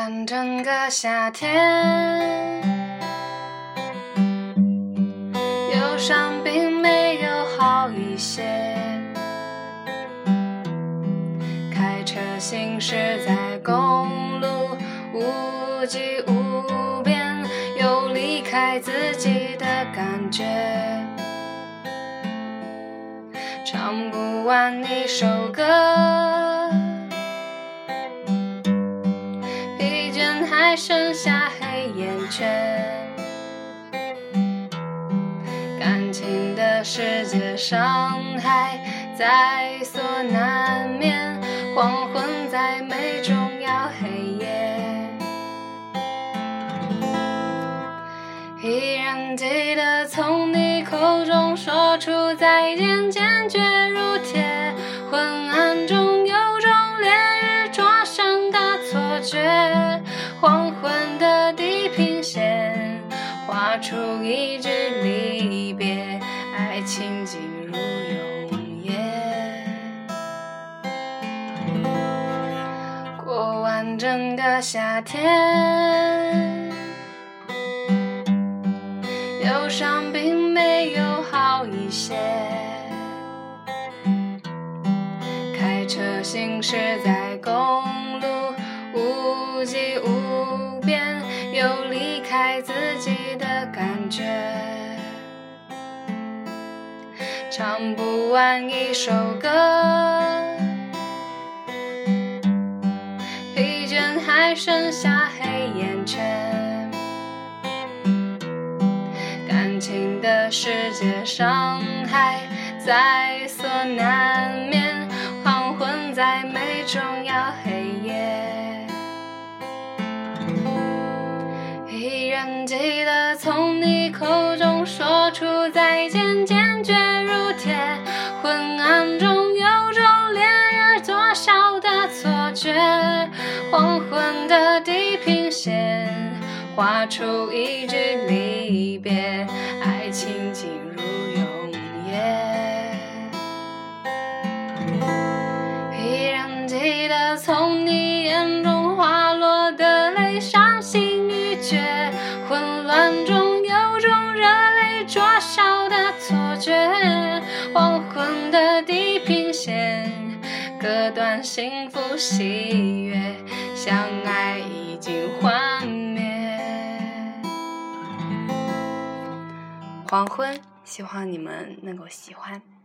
完整个夏天，忧伤并没有好一些。开车行驶在公路，无际无边，有离开自己的感觉。唱不完一首歌，疲倦还剩下黑眼圈。感情的世界伤害在所难免，黄昏再美终要黑夜。依然记得从你口中说出再见，坚决如铁，昏暗中有种烈日灼伤的错觉。黄昏的地平线画出一句离别，爱情进入永夜。过完整个夏天，忧伤并没有好一些。开车行驶在公路，无际无边，有离开自己的感觉。唱不完一首歌，疲倦还剩下黑眼圈。感情的世界伤害在所难免，黄昏再美终要黑夜。依然记得从你口中说出再见，坚决如铁，昏暗中有种烈日灼烧的错觉。黄昏的地平线画出一句离别，爱情进入永夜。依然记得从你眼中滑落的泪，伤心欲绝，混乱中有种热泪灼烧的错觉。黄昏的地平线割断幸福喜悦，相爱已经幻灭。黄昏，希望你们能够喜欢。